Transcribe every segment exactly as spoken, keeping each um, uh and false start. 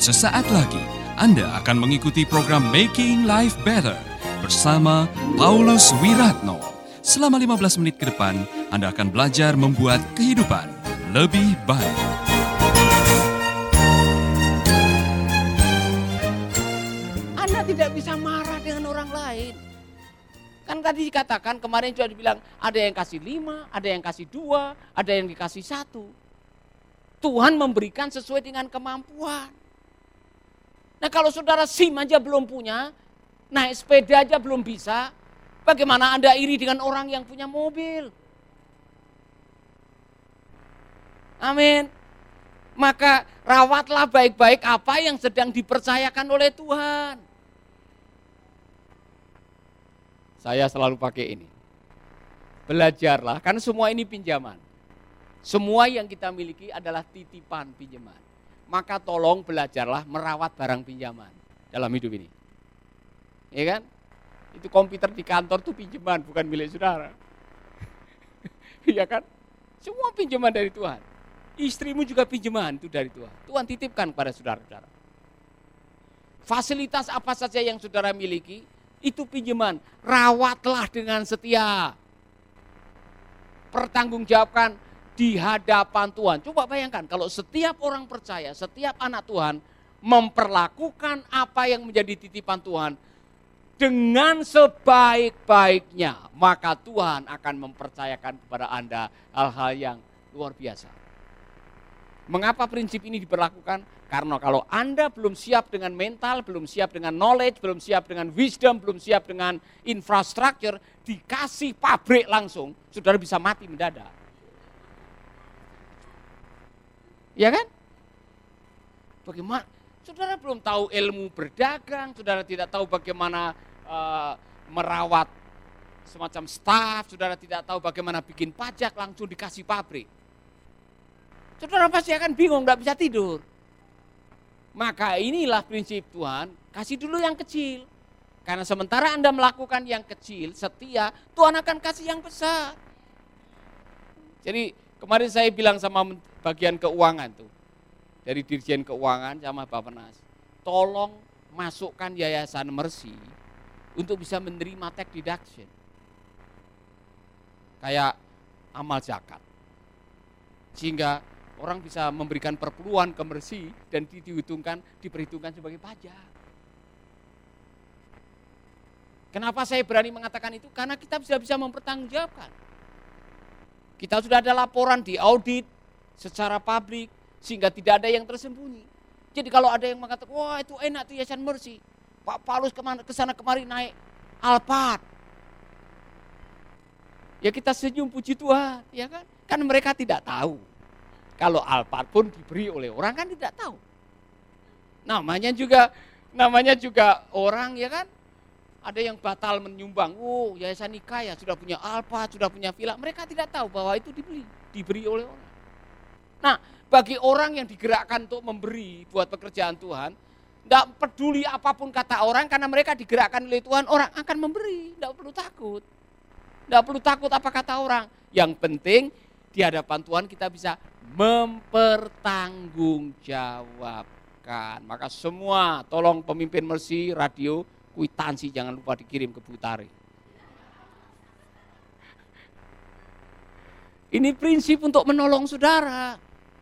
Sesaat lagi Anda akan mengikuti program Making Life Better bersama Paulus Wiratno. Selama lima belas menit ke depan, Anda akan belajar membuat kehidupan lebih baik. Anda tidak bisa marah dengan orang lain. Kan tadi dikatakan, kemarin sudah dibilang, ada yang kasih lima, ada yang kasih dua, ada yang dikasih satu. Tuhan memberikan sesuai dengan kemampuan. Nah kalau saudara SIM aja belum punya, naik sepeda aja belum bisa, bagaimana Anda iri dengan orang yang punya mobil? Amin. Maka rawatlah baik-baik apa yang sedang dipercayakan oleh Tuhan. Saya selalu pakai ini. Belajarlah, karena semua ini pinjaman. Semua yang kita miliki adalah titipan pinjaman. Maka tolong belajarlah merawat barang pinjaman dalam hidup ini. Ya kan? Itu komputer di kantor itu pinjaman, bukan milik saudara. Iya kan? Semua pinjaman dari Tuhan. Istrimu juga pinjaman itu dari Tuhan. Tuhan titipkan kepada saudara-saudara. Fasilitas apa saja yang saudara miliki, itu pinjaman, rawatlah dengan setia. Pertanggungjawabkan di hadapan Tuhan. Coba bayangkan kalau setiap orang percaya, setiap anak Tuhan memperlakukan apa yang menjadi titipan Tuhan dengan sebaik-baiknya, maka Tuhan akan mempercayakan kepada Anda hal-hal yang luar biasa. Mengapa prinsip ini diberlakukan? Karena kalau Anda belum siap dengan mental, belum siap dengan knowledge, belum siap dengan wisdom, belum siap dengan infrastruktur, dikasih pabrik langsung, saudara bisa mati mendadak. Ya kan? Bagaimana? Saudara belum tahu ilmu berdagang, saudara tidak tahu bagaimana uh, merawat semacam staff, saudara tidak tahu bagaimana bikin pajak, langsung dikasih pabrik. Saudara pasti akan bingung, tidak bisa tidur. Maka inilah prinsip Tuhan, kasih dulu yang kecil. Karena sementara Anda melakukan yang kecil, setia, Tuhan akan kasih yang besar. Jadi kemarin saya bilang sama bagian keuangan tuh, dari Dirjen Keuangan sama Bappenas, tolong masukkan Yayasan Mercy untuk bisa menerima tax deduction. Kayak amal zakat. Sehingga orang bisa memberikan perpuluhan ke Mercy dan dihitungkan, diperhitungkan sebagai pajak. Kenapa saya berani mengatakan itu? Karena kita bisa bisa mempertanggungjawabkan. Kita sudah ada laporan di audit secara publik sehingga tidak ada yang tersembunyi. Jadi kalau ada yang mengatakan, wah itu enak tuh Yayasan Mercy, Pak Paulus kemana, kesana kemari naik Alphard. Ya kita senyum puji Tuhan, ya kan? Kan mereka tidak tahu. Kalau Alphard pun diberi oleh orang kan tidak tahu. Namanya juga namanya juga orang ya kan. Ada yang batal menyumbang. Oh, Yayasan Nikaya sudah punya Alphard, sudah punya villa. Mereka tidak tahu bahwa itu dibeli, diberi oleh orang. Nah, bagi orang yang digerakkan untuk memberi buat pekerjaan Tuhan, tidak peduli apapun kata orang karena mereka digerakkan oleh Tuhan, orang akan memberi, tidak perlu takut. Tidak perlu takut apa kata orang. Yang penting di hadapan Tuhan kita bisa mempertanggungjawabkan. Maka semua tolong pemimpin Mercy radio, kwitansi jangan lupa dikirim ke Butare. Ini prinsip untuk menolong saudara.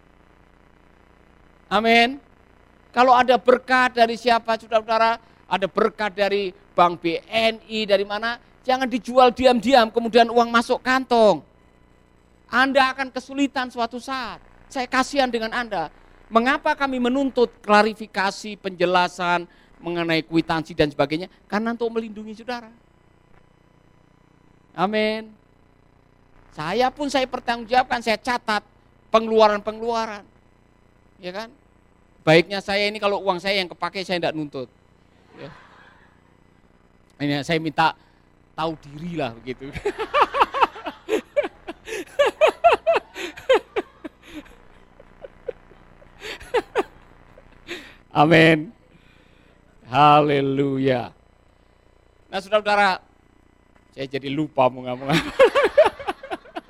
Amin. Kalau ada berkat dari siapa saudara-saudara, ada berkat dari Bank B N I, dari mana, jangan dijual diam-diam kemudian uang masuk kantong. Anda akan kesulitan suatu saat. Saya kasihan dengan Anda. Mengapa kami menuntut klarifikasi, penjelasan mengenai kwitansi dan sebagainya? Karena untuk melindungi saudara. Amin. Saya pun saya pertanggungjawabkan, saya catat pengeluaran-pengeluaran. Ya kan? Baiknya saya ini kalau uang saya yang kepake saya tidak nuntut. Ya. Ini saya minta tahu diri lah begitu. Amin. Haleluya. Nah saudara-saudara, saya jadi lupa mau ngomong.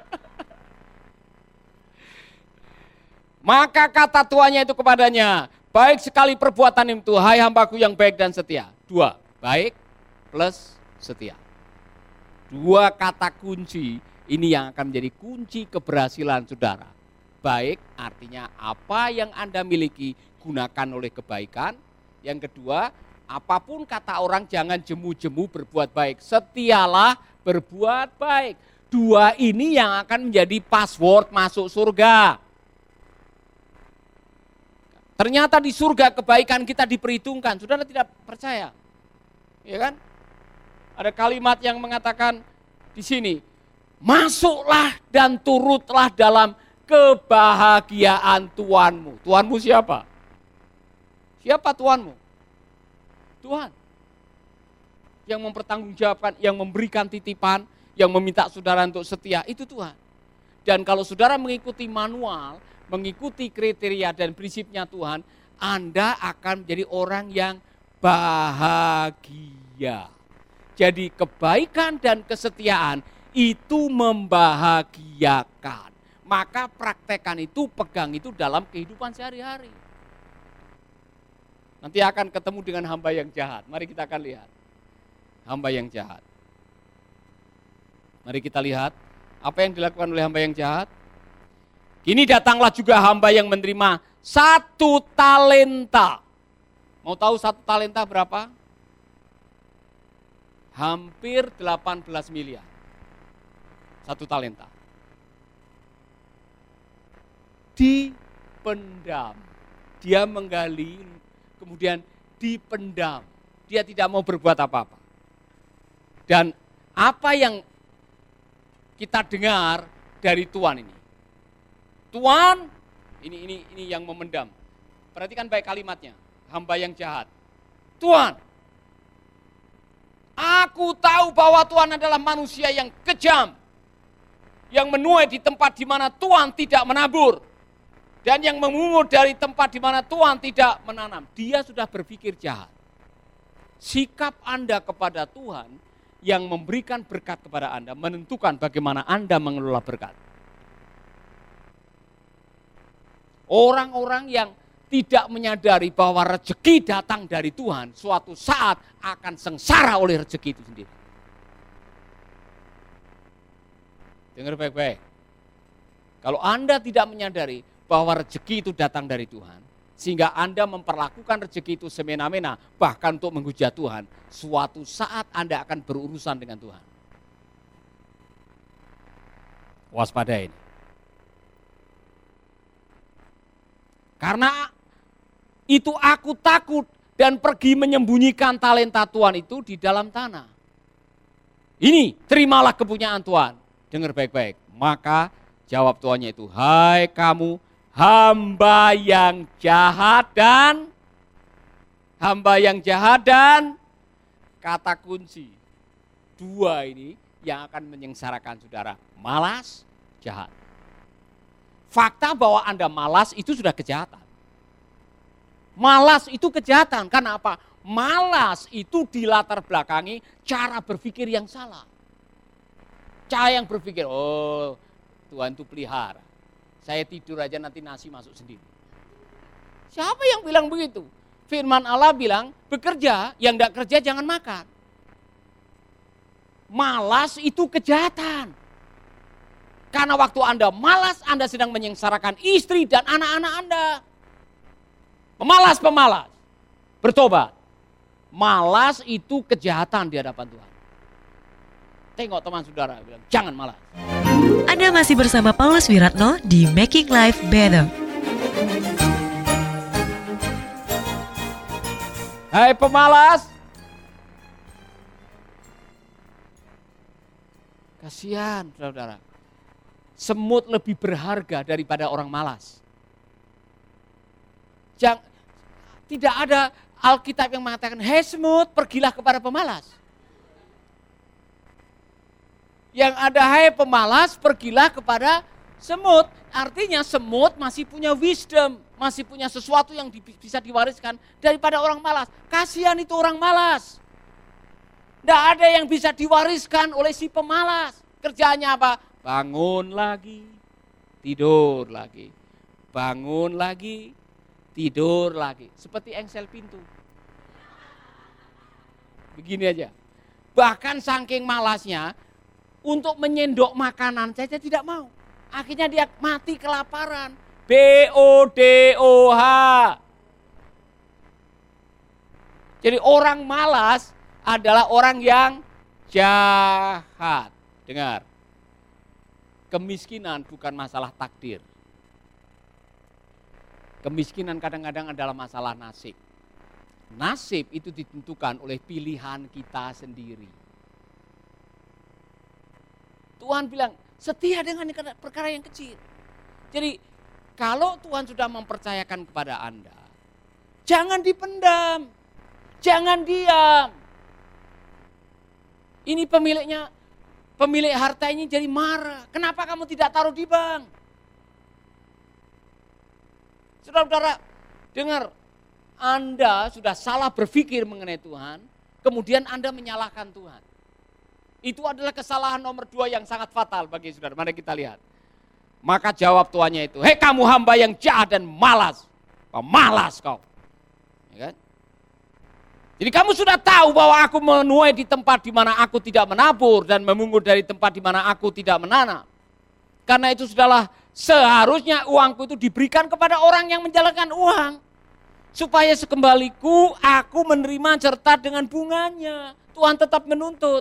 Maka kata tuannya itu kepadanya, Baik sekali perbuatan itu, hai hambaku yang baik dan setia. Dua, baik plus setia. Dua kata kunci ini yang akan menjadi kunci keberhasilan saudara. Baik artinya apa yang Anda miliki gunakan oleh kebaikan. Yang kedua, apapun kata orang jangan jemu-jemu berbuat baik. Setialah berbuat baik. Dua ini yang akan menjadi password masuk surga. Ternyata di surga kebaikan kita diperhitungkan. Saudara tidak percaya? Ya kan? Ada kalimat yang mengatakan di sini, masuklah dan turutlah dalam kebahagiaan Tuhanmu. Tuhanmu siapa? Siapa Tuhanmu? Tuhan. Yang mempertanggungjawabkan, yang memberikan titipan, yang meminta saudara untuk setia, itu Tuhan. Dan kalau saudara mengikuti manual, mengikuti kriteria dan prinsipnya Tuhan, Anda akan menjadi orang yang bahagia. Jadi kebaikan dan kesetiaan itu membahagiakan. Maka praktekkan itu, pegang itu dalam kehidupan sehari-hari. Nanti akan ketemu dengan hamba yang jahat. Mari kita akan lihat. Hamba yang jahat. Mari kita lihat apa yang dilakukan oleh hamba yang jahat. Kini datanglah juga hamba yang menerima satu talenta. Mau tahu satu talenta berapa? Hampir delapan belas miliar. Satu talenta. Dipendam. Dia menggali, kemudian dipendam. Dia tidak mau berbuat apa-apa. Dan apa yang kita dengar dari Tuhan ini? Tuhan, ini ini ini yang memendam. Perhatikan baik kalimatnya, hamba yang jahat. Tuhan, aku tahu bahwa Tuhan adalah manusia yang kejam, yang menuai di tempat di mana Tuhan tidak menabur, dan yang memungut dari tempat di mana Tuhan tidak menanam. Dia sudah berpikir jahat. Sikap Anda kepada Tuhan yang memberikan berkat kepada Anda menentukan bagaimana Anda mengelola berkat. Orang-orang yang tidak menyadari bahwa rezeki datang dari Tuhan, suatu saat akan sengsara oleh rezeki itu sendiri. Dengar baik-baik. Kalau Anda tidak menyadari bahwa rezeki itu datang dari Tuhan, sehingga Anda memperlakukan rezeki itu semena-mena, bahkan untuk menghujat Tuhan, suatu saat Anda akan berurusan dengan Tuhan. Waspada ini. Karena itu aku takut dan pergi menyembunyikan talenta Tuhan itu di dalam tanah. Ini, terimalah kepunyaan Tuhan. Dengar baik-baik. Maka jawab Tuhannya itu, hai kamu hamba yang jahat dan hamba yang jahat dan kata kunci. Dua ini yang akan menyengsarakan saudara. Malas, jahat. Fakta bahwa Anda malas itu sudah kejahatan. Malas itu kejahatan. Karena apa? Malas itu dilatar belakangi cara berpikir yang salah. Cara yang berpikir, oh Tuhan itu pelihara. Saya tidur aja nanti nasi masuk sendiri. Siapa yang bilang begitu? Firman Allah bilang, bekerja, yang tidak kerja jangan makan. Malas itu kejahatan. Karena waktu Anda malas, Anda sedang menyengsarakan istri dan anak-anak Anda. Pemalas-pemalas, bertobat. Malas itu kejahatan di hadapan Tuhan. Tengok teman saudara, bilang, jangan malas. Anda masih bersama Paulus Wiratno di Making Life Better. Hai pemalas. Kasihan saudara. Semut lebih berharga daripada orang malas. Jangan, tidak ada Alkitab yang mengatakan, hei semut, pergilah kepada pemalas. Yang ada, hai pemalas, pergilah kepada semut. Artinya semut masih punya wisdom, masih punya sesuatu yang di, bisa diwariskan daripada orang malas. Kasihan itu orang malas. Tidak ada yang bisa diwariskan oleh si pemalas. Kerjaannya apa? Bangun lagi, tidur lagi. Bangun lagi, tidur lagi. Seperti engsel pintu. Begini aja. Bahkan saking malasnya, untuk menyendok makanan saja tidak mau. Akhirnya dia mati kelaparan. B O D O H. Jadi orang malas adalah orang yang jahat. Dengar. Kemiskinan bukan masalah takdir. Kemiskinan kadang-kadang adalah masalah nasib. Nasib itu ditentukan oleh pilihan kita sendiri. Tuhan bilang, setia dengan perkara yang kecil. Jadi, kalau Tuhan sudah mempercayakan kepada Anda, jangan dipendam, jangan diam. Ini pemiliknya, pemilik harta ini jadi marah. Kenapa kamu tidak taruh di bank? Saudara-saudara, dengar. Anda sudah salah berpikir mengenai Tuhan, kemudian Anda menyalahkan Tuhan. Itu adalah kesalahan nomor dua yang sangat fatal bagi saudara. Mari kita lihat. Maka jawab tuannya itu, hei kamu hamba yang jahat dan malas. Malas kau. Ya kan? Jadi kamu sudah tahu bahwa aku menuai di tempat di mana aku tidak menabur dan memungut dari tempat di mana aku tidak menanam. Karena itu sudahlah seharusnya uangku itu diberikan kepada orang yang menjalankan uang. Supaya sekembaliku aku menerima serta dengan bunganya. Tuhan tetap menuntut.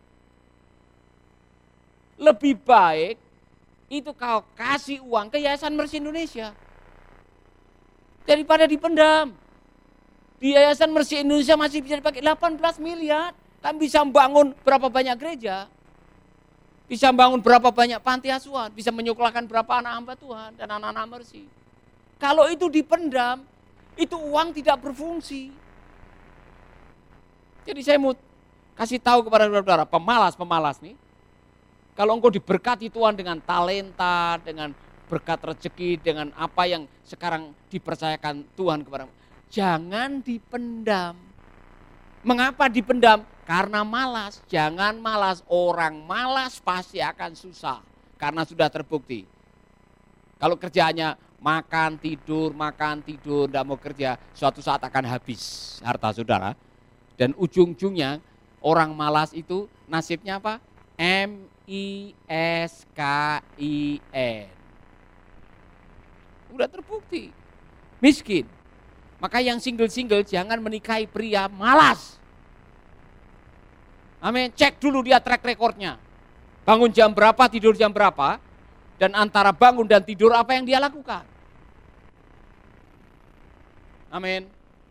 Lebih baik itu kau kasih uang ke Yayasan Mercy Indonesia. Daripada dipendam. Di Yayasan Mercy Indonesia masih bisa dipakai delapan belas miliar. Kan bisa membangun berapa banyak gereja. Bisa membangun berapa banyak panti asuhan. Bisa menyekolahkan berapa anak hamba Tuhan dan anak-anak Mercy. Kalau itu dipendam, itu uang tidak berfungsi. Jadi saya mau kasih tahu kepada saudara-saudara, pemalas-pemalas nih. Kalau engkau diberkati Tuhan dengan talenta, dengan berkat rezeki, dengan apa yang sekarang dipercayakan Tuhan kepada engkau, jangan dipendam. Mengapa dipendam? Karena malas. Jangan malas. Orang malas pasti akan susah. Karena sudah terbukti. Kalau kerjaannya makan, tidur, makan, tidur, tidak mau kerja, suatu saat akan habis harta saudara. Dan ujung-ujungnya orang malas itu nasibnya apa? M I S K I N. Udah terbukti. Miskin. Maka yang single-single jangan menikahi pria malas. Amin. Cek dulu dia track recordnya. Bangun jam berapa, tidur jam berapa. Dan antara bangun dan tidur apa yang dia lakukan. Amin.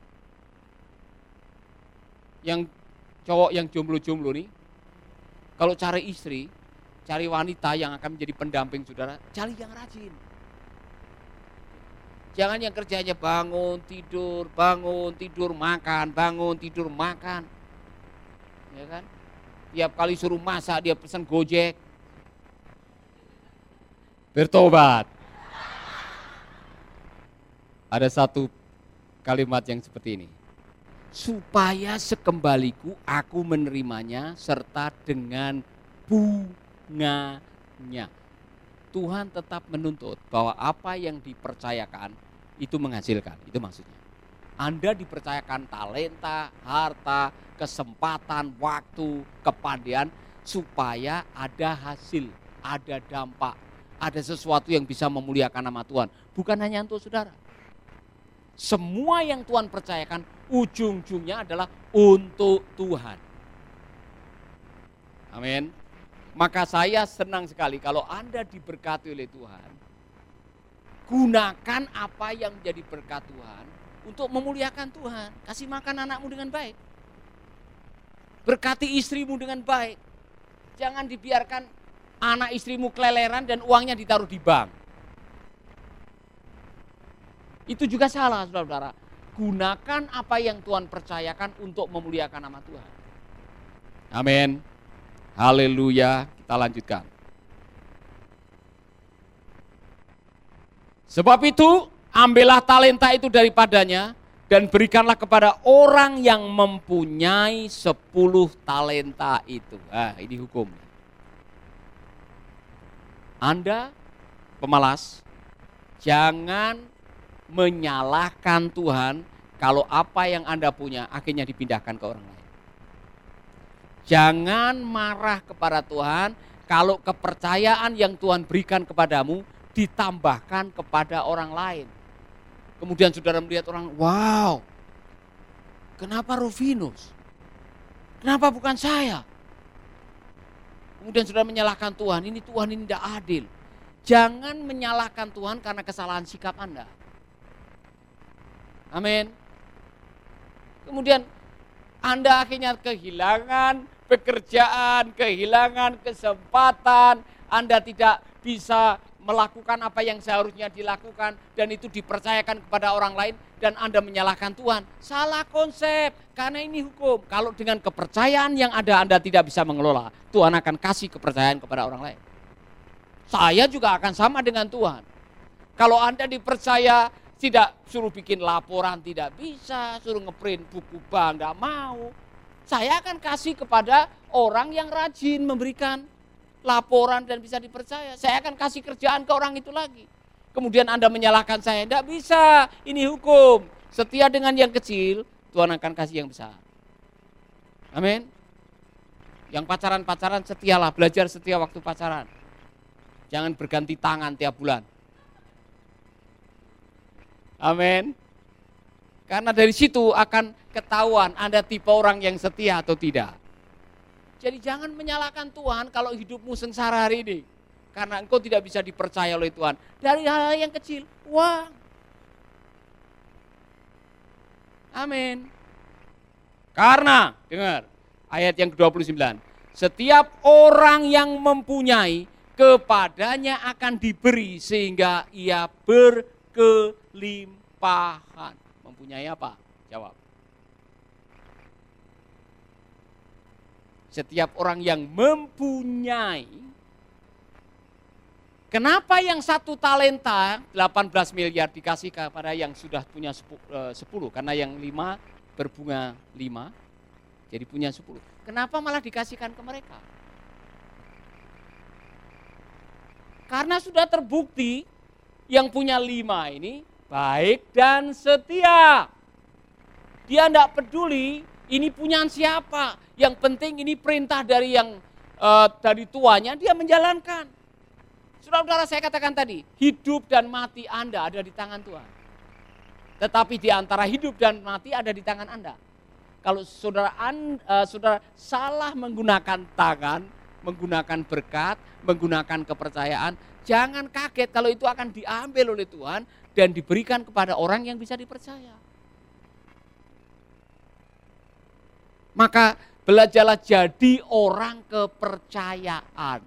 Yang cowok yang jomblo-jomblo nih, kalau cari istri, cari wanita yang akan menjadi pendamping saudara, cari yang rajin. Jangan yang kerjanya bangun, tidur, bangun, tidur, makan, bangun, tidur, makan. Ya kan? Tiap kali suruh masak dia pesan Gojek. Bertobat. Ada satu kalimat yang seperti ini. Supaya sekembaliku aku menerimanya serta dengan bunganya. Tuhan tetap menuntut bahwa apa yang dipercayakan itu menghasilkan. Itu maksudnya. Anda dipercayakan talenta, harta, kesempatan, waktu, kepandaian supaya ada hasil, ada dampak. Ada sesuatu yang bisa memuliakan nama Tuhan. Bukan hanya untuk saudara. Semua yang Tuhan percayakan ujung-ujungnya adalah untuk Tuhan. Amin. Maka saya senang sekali kalau Anda diberkati oleh Tuhan. Gunakan apa yang menjadi berkat Tuhan untuk memuliakan Tuhan. Kasih makan anakmu dengan baik. Berkati istrimu dengan baik. Jangan dibiarkan anak istrimu keleleran dan uangnya ditaruh di bank. Itu juga salah, saudara-saudara. Gunakan apa yang Tuhan percayakan untuk memuliakan nama Tuhan. Amin. Haleluya. Kita lanjutkan. Sebab itu, ambillah talenta itu daripadanya dan berikanlah kepada orang yang mempunyai sepuluh talenta itu. Ah, ini hukum. Anda pemalas, jangan menyalahkan Tuhan kalau apa yang Anda punya akhirnya dipindahkan ke orang lain. Jangan marah kepada Tuhan kalau kepercayaan yang Tuhan berikan kepadamu ditambahkan kepada orang lain. Kemudian saudara melihat orang, wow, kenapa Rufinus? Kenapa bukan saya? Kemudian saudara menyalahkan Tuhan, ini Tuhan ini tidak adil. Jangan menyalahkan Tuhan karena kesalahan sikap Anda. Amin. Kemudian Anda akhirnya kehilangan pekerjaan, kehilangan kesempatan, Anda tidak bisa melakukan apa yang seharusnya dilakukan dan itu dipercayakan kepada orang lain dan Anda menyalahkan Tuhan. Salah konsep, karena ini hukum. Kalau dengan kepercayaan yang ada Anda tidak bisa mengelola, Tuhan akan kasih kepercayaan kepada orang lain. Saya juga akan sama dengan Tuhan. Kalau Anda dipercaya tidak suruh bikin laporan tidak bisa, suruh ngeprint buku bank tidak mau. Saya akan kasih kepada orang yang rajin memberikan laporan dan bisa dipercaya. Saya akan kasih kerjaan ke orang itu lagi. Kemudian Anda menyalahkan saya, tidak bisa, ini hukum. Setia dengan yang kecil, Tuhan akan kasih yang besar. Amin. Yang pacaran-pacaran setialah, belajar setia waktu pacaran. Jangan berganti tangan tiap bulan. Amin. Karena dari situ akan ketahuan Anda tipe orang yang setia atau tidak. Jadi jangan menyalahkan Tuhan kalau hidupmu sengsara hari ini. Karena engkau tidak bisa dipercaya oleh Tuhan. Dari hal-hal yang kecil, wah. Amin. Karena, dengar ayat yang ke dua puluh sembilan. Setiap orang yang mempunyai, kepadanya akan diberi sehingga ia berkelimpahan. Mempunyai apa? Jawab. Setiap orang yang mempunyai, kenapa yang satu talenta delapan belas miliar dikasih kepada yang sudah punya sepuluh? Karena yang lima berbunga lima, jadi punya sepuluh. Kenapa malah dikasihkan ke mereka? Karena sudah terbukti yang punya lima ini baik dan setia. Dia tidak peduli ini punya siapa. Yang penting ini perintah dari yang uh, dari tuanya, dia menjalankan. Saudara-saudara, saya katakan tadi, hidup dan mati Anda ada di tangan Tuhan. Tetapi di antara hidup dan mati ada di tangan Anda. Kalau saudara, uh, saudara salah menggunakan tangan, menggunakan berkat, menggunakan kepercayaan, jangan kaget kalau itu akan diambil oleh Tuhan dan diberikan kepada orang yang bisa dipercaya. Maka belajarlah jadi orang kepercayaan.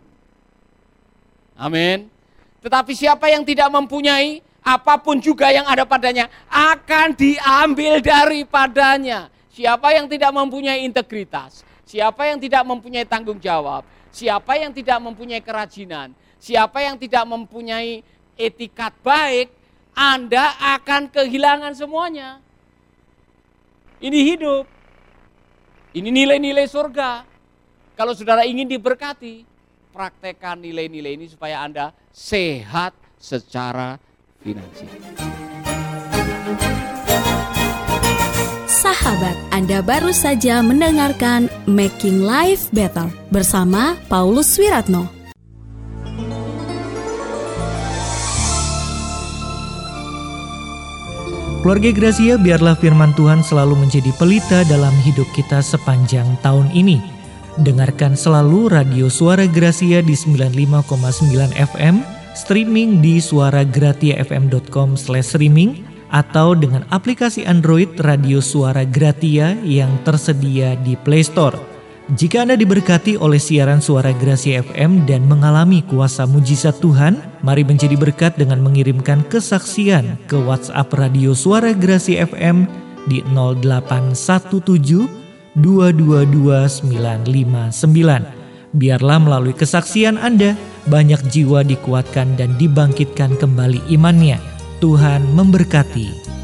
Amin. Tetapi siapa yang tidak mempunyai, apapun juga yang ada padanya akan diambil daripadanya. Siapa yang tidak mempunyai integritas, siapa yang tidak mempunyai tanggung jawab, siapa yang tidak mempunyai kerajinan, siapa yang tidak mempunyai etikat baik, Anda akan kehilangan semuanya. Ini hidup. Ini nilai-nilai surga. Kalau saudara ingin diberkati, praktekkan nilai-nilai ini supaya Anda sehat secara finansial. Sahabat, Anda baru saja mendengarkan Making Life Better bersama Paulus Wiratno. Keluarga Gracia, biarlah firman Tuhan selalu menjadi pelita dalam hidup kita sepanjang tahun ini. Dengarkan selalu Radio Suara Gracia di sembilan puluh lima koma sembilan F M, streaming di suara gratia f m dot com slash streaming, atau dengan aplikasi Android Radio Suara Gratia yang tersedia di Play Store. Jika Anda diberkati oleh siaran Suara Gracia F M dan mengalami kuasa mujizat Tuhan, mari menjadi berkat dengan mengirimkan kesaksian ke WhatsApp Radio Suara Gracia F M di nol delapan satu tujuh dua dua dua sembilan lima sembilan. Biarlah melalui kesaksian Anda, banyak jiwa dikuatkan dan dibangkitkan kembali imannya. Tuhan memberkati.